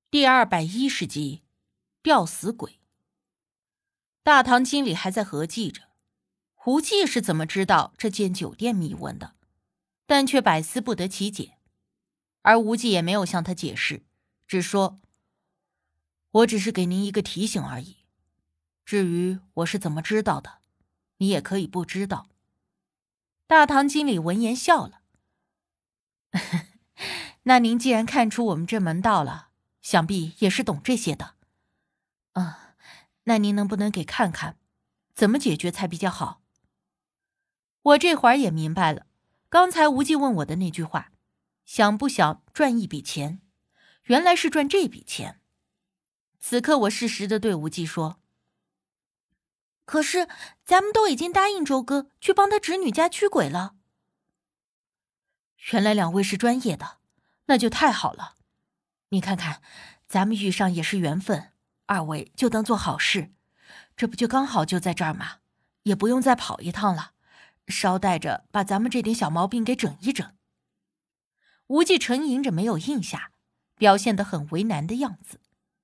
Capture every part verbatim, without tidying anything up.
第二百一十集，吊死鬼。大堂经理还在合计着，胡记是怎么知道这间酒店秘闻的，但却百思不得其解。而吴忌也没有向他解释，只说：“我只是给您一个提醒而已。至于我是怎么知道的，你也可以不知道。”大堂经理闻言笑了：“那您既然看出我们这门道了，想必也是懂这些的。啊，那您能不能给看看，怎么解决才比较好？”我这会儿也明白了，刚才吴忌问我的那句话，想不想赚一笔钱，原来是赚这笔钱。此刻我适时地对吴忌说：“可是咱们都已经答应周哥去帮他侄女家驱鬼了。”原来两位是专业的，那就太好了。你看看，咱们遇上也是缘分，二位就当做好事，这不就刚好就在这儿吗？也不用再跑一趟了，捎带着把咱们这点小毛病给整一整。吴忌沉吟着没有应下，表现得很为难的样子。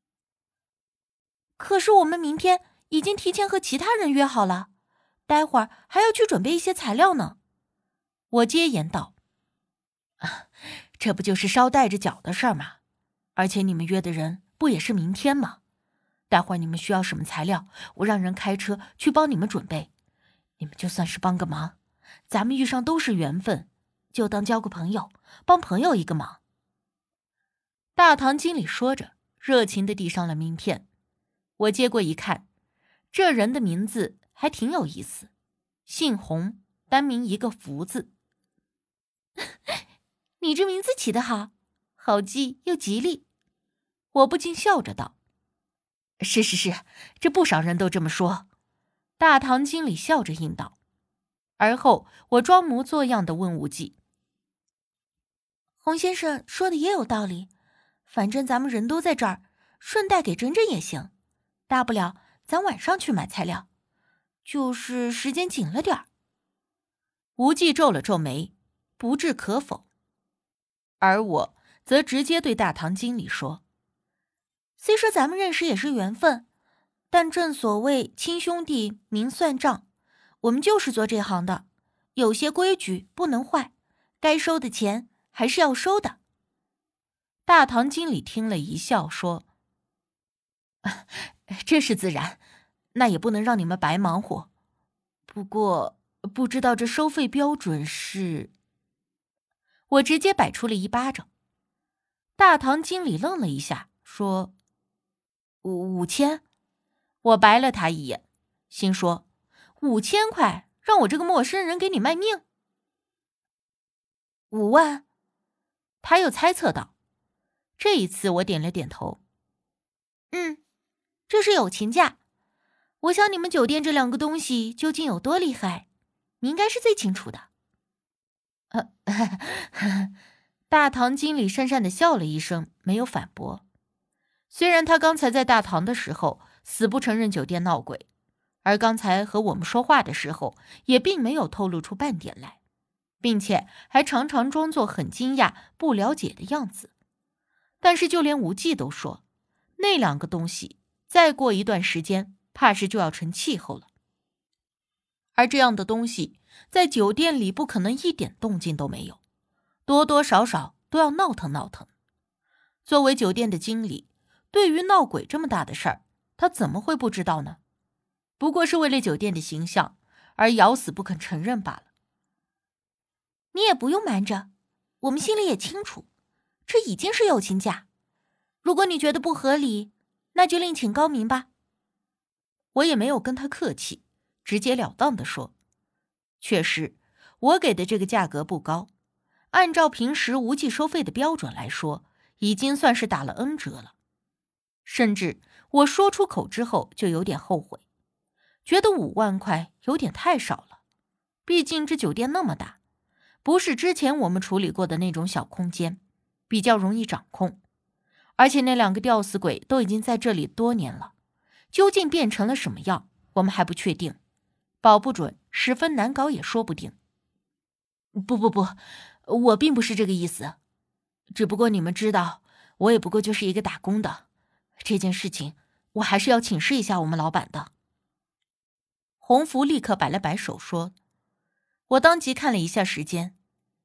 可是我们明天已经提前和其他人约好了，待会儿还要去准备一些材料呢。我接言道：“啊，这不就是捎带着脚的事儿吗？而且你们约的人不也是明天吗？待会儿你们需要什么材料，我让人开车去帮你们准备。你们就算是帮个忙，咱们遇上都是缘分，就当交个朋友，帮朋友一个忙。”大堂经理说着，热情地递上了名片。我接过一看，这人的名字还挺有意思，姓洪，单名一个福字。你这名字起得好，好记又吉利。我不禁笑着道：“是是是，这不少人都这么说。”大堂经理笑着应道。而后我装模作样地问无忌：“洪先生说的也有道理，反正咱们人都在这儿，顺带给整整也行，大不了咱晚上去买材料，就是时间紧了点儿。”无忌皱了皱眉，不置可否。而我则直接对大堂经理说：“虽说咱们认识也是缘分，但正所谓亲兄弟明算账，我们就是做这行的，有些规矩不能坏，该收的钱还是要收的。”大堂经理听了一笑说：“这是自然，那也不能让你们白忙活。不过不知道这收费标准是……”我直接摆出了一巴掌。大堂经理愣了一下，说：“五五千。”我白了他一眼，心说：“五千块，让我这个陌生人给你卖命？”五万？他又猜测道。这一次我点了点头：“嗯，这是友情价。我想你们酒店这两个东西究竟有多厉害，你应该是最清楚的。”呃，大堂经理讪讪地笑了一声，没有反驳。虽然他刚才在大堂的时候死不承认酒店闹鬼，而刚才和我们说话的时候也并没有透露出半点来，并且还常常装作很惊讶不了解的样子，但是就连无忌都说，那两个东西再过一段时间怕是就要成气候了。而这样的东西在酒店里不可能一点动静都没有，多多少少都要闹腾闹腾。作为酒店的经理，对于闹鬼这么大的事儿，他怎么会不知道呢？不过是为了酒店的形象而咬死不肯承认罢了。你也不用瞒着，我们心里也清楚，这已经是友情价。如果你觉得不合理，那就另请高明吧。我也没有跟他客气，直截了当地说：“确实，我给的这个价格不高，按照平时无忌收费的标准来说，已经算是打了 N 折了。甚至我说出口之后就有点后悔，觉得五万块有点太少了。毕竟这酒店那么大，不是之前我们处理过的那种小空间，比较容易掌控。而且那两个吊死鬼都已经在这里多年了，究竟变成了什么样，我们还不确定，保不准十分难搞也说不定。”“不不不，我并不是这个意思，只不过你们知道， 我也不过就是一个打工的，这件事情我还是要请示一下我们老板的。洪福立刻摆了摆手说。我当即看了一下时间，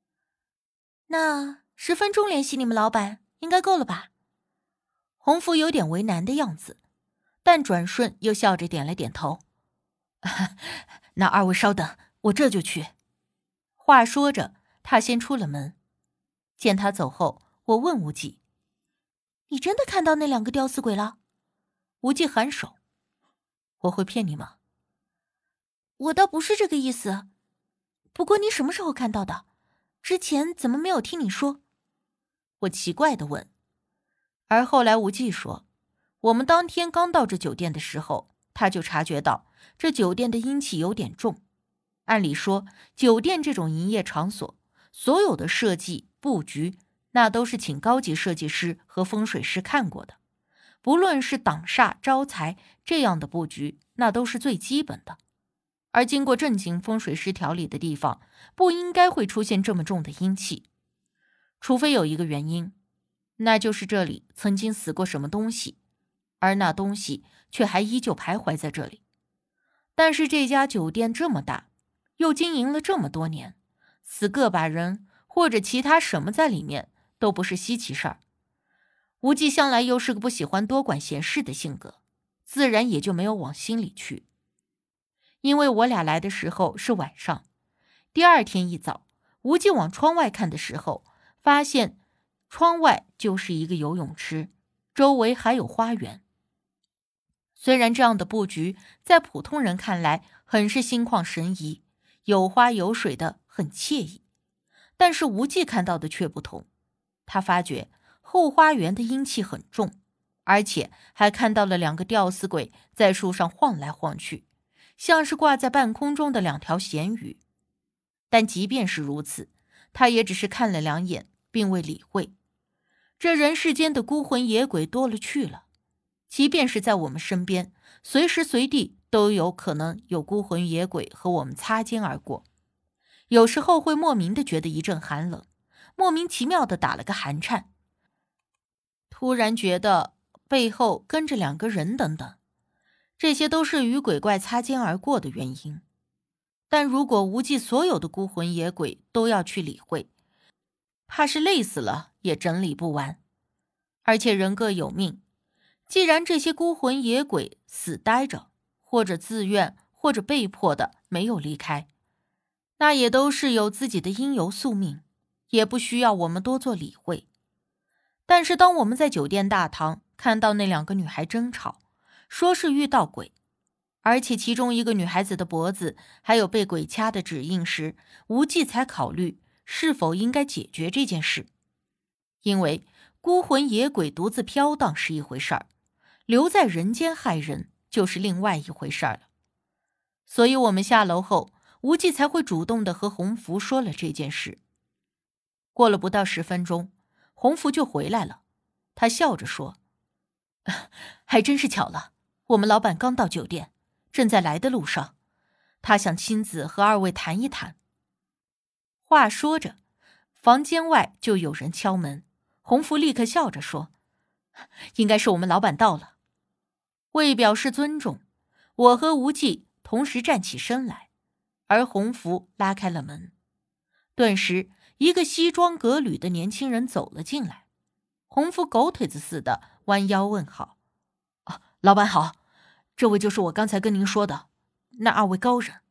那十分钟联系你们老板应该够了吧？洪福有点为难的样子，但转瞬又笑着点了点头。那二位稍等，我这就去。话说着，他先出了门。见他走后，我问无忌：“你真的看到那两个吊死鬼了？”无忌颔首：“我会骗你吗？”我倒不是这个意思。不过你什么时候看到的？之前怎么没有听你说？我奇怪地问。而后来无忌说，我们当天刚到这酒店的时候，他就察觉到这酒店的阴气有点重。按理说，酒店这种营业场所，所有的设计布局，那都是请高级设计师和风水师看过的。不论是挡煞招财这样的布局，那都是最基本的。而经过正经风水师调理的地方，不应该会出现这么重的阴气。除非有一个原因，那就是这里曾经死过什么东西，而那东西却还依旧徘徊在这里。但是这家酒店这么大，又经营了这么多年，死个把人或者其他什么在里面都不是稀奇事儿。无忌向来又是个不喜欢多管闲事的性格，自然也就没有往心里去。因为我俩来的时候是晚上，第二天一早，无忌往窗外看的时候，发现窗外就是一个游泳池，周围还有花园。虽然这样的布局在普通人看来很是心旷神怡，有花有水的很惬意，但是无忌看到的却不同。他发觉后花园的阴气很重，而且还看到了两个吊死鬼在树上晃来晃去，像是挂在半空中的两条咸鱼。但即便是如此，他也只是看了两眼，并未理会。这人世间的孤魂野鬼多了去了，即便是在我们身边，随时随地都有可能有孤魂野鬼和我们擦肩而过。有时候会莫名的觉得一阵寒冷，莫名其妙的打了个寒颤，突然觉得背后跟着两个人等等，这些都是与鬼怪擦肩而过的原因。但如果无忌所有的孤魂野鬼都要去理会，怕是累死了也整理不完。而且人各有命，既然这些孤魂野鬼死待着，或者自愿或者被迫的没有离开，那也都是有自己的因由宿命，也不需要我们多做理会。但是当我们在酒店大堂看到那两个女孩争吵，说是遇到鬼，而且其中一个女孩子的脖子还有被鬼掐的指印时，无忌才考虑是否应该解决这件事。因为孤魂野鬼独自飘荡是一回事儿，留在人间害人就是另外一回事儿了。所以我们下楼后，无忌才会主动的和洪福说了这件事。过了不到十分钟，洪福就回来了。他笑着说：“还真是巧了，我们老板刚到酒店，正在来的路上，他想亲自和二位谈一谈。”话说着，房间外就有人敲门。洪福立刻笑着说：“应该是我们老板到了。”为表示尊重，我和无忌同时站起身来，而洪福拉开了门。顿时，一个西装革履的年轻人走了进来。洪福狗腿子似的弯腰问好：“啊，老板好，这位就是我刚才跟您说的那二位高人。”“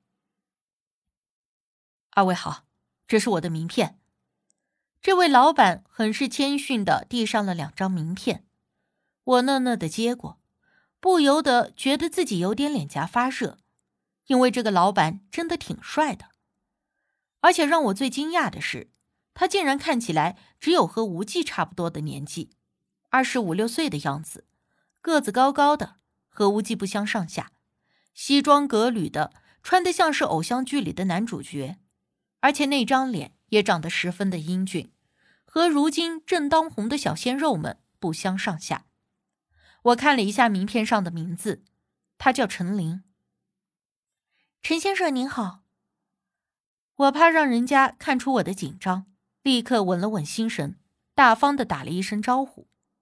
二位好，这是我的名片。”这位老板很是谦逊地递上了两张名片。我讷讷地接过，不由得觉得自己有点脸颊发热，因为这个老板真的挺帅的。而且让我最惊讶的是，他竟然看起来只有和无忌差不多的年纪，二十五六岁的样子，个子高高的，和无忌不相上下，西装革履的，穿得像是偶像剧里的男主角，而且那张脸也长得十分的英俊，和如今正当红的小鲜肉们不相上下。我看了一下名片上的名字，他叫陈琳。“陈先生您好。”我怕让人家看出我的紧张，立刻稳了稳心神，大方地打了一声招呼。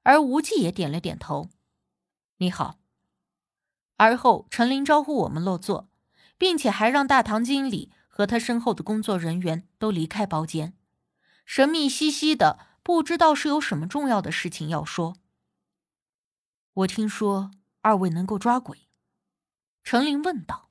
而无忌也点了点头。你好。而后陈琳招呼我们落座，并且还让大堂经理和他身后的工作人员都离开包间，神秘兮兮的，不知道是有什么重要的事情要说。我听说二位能够抓鬼，陈琳问道。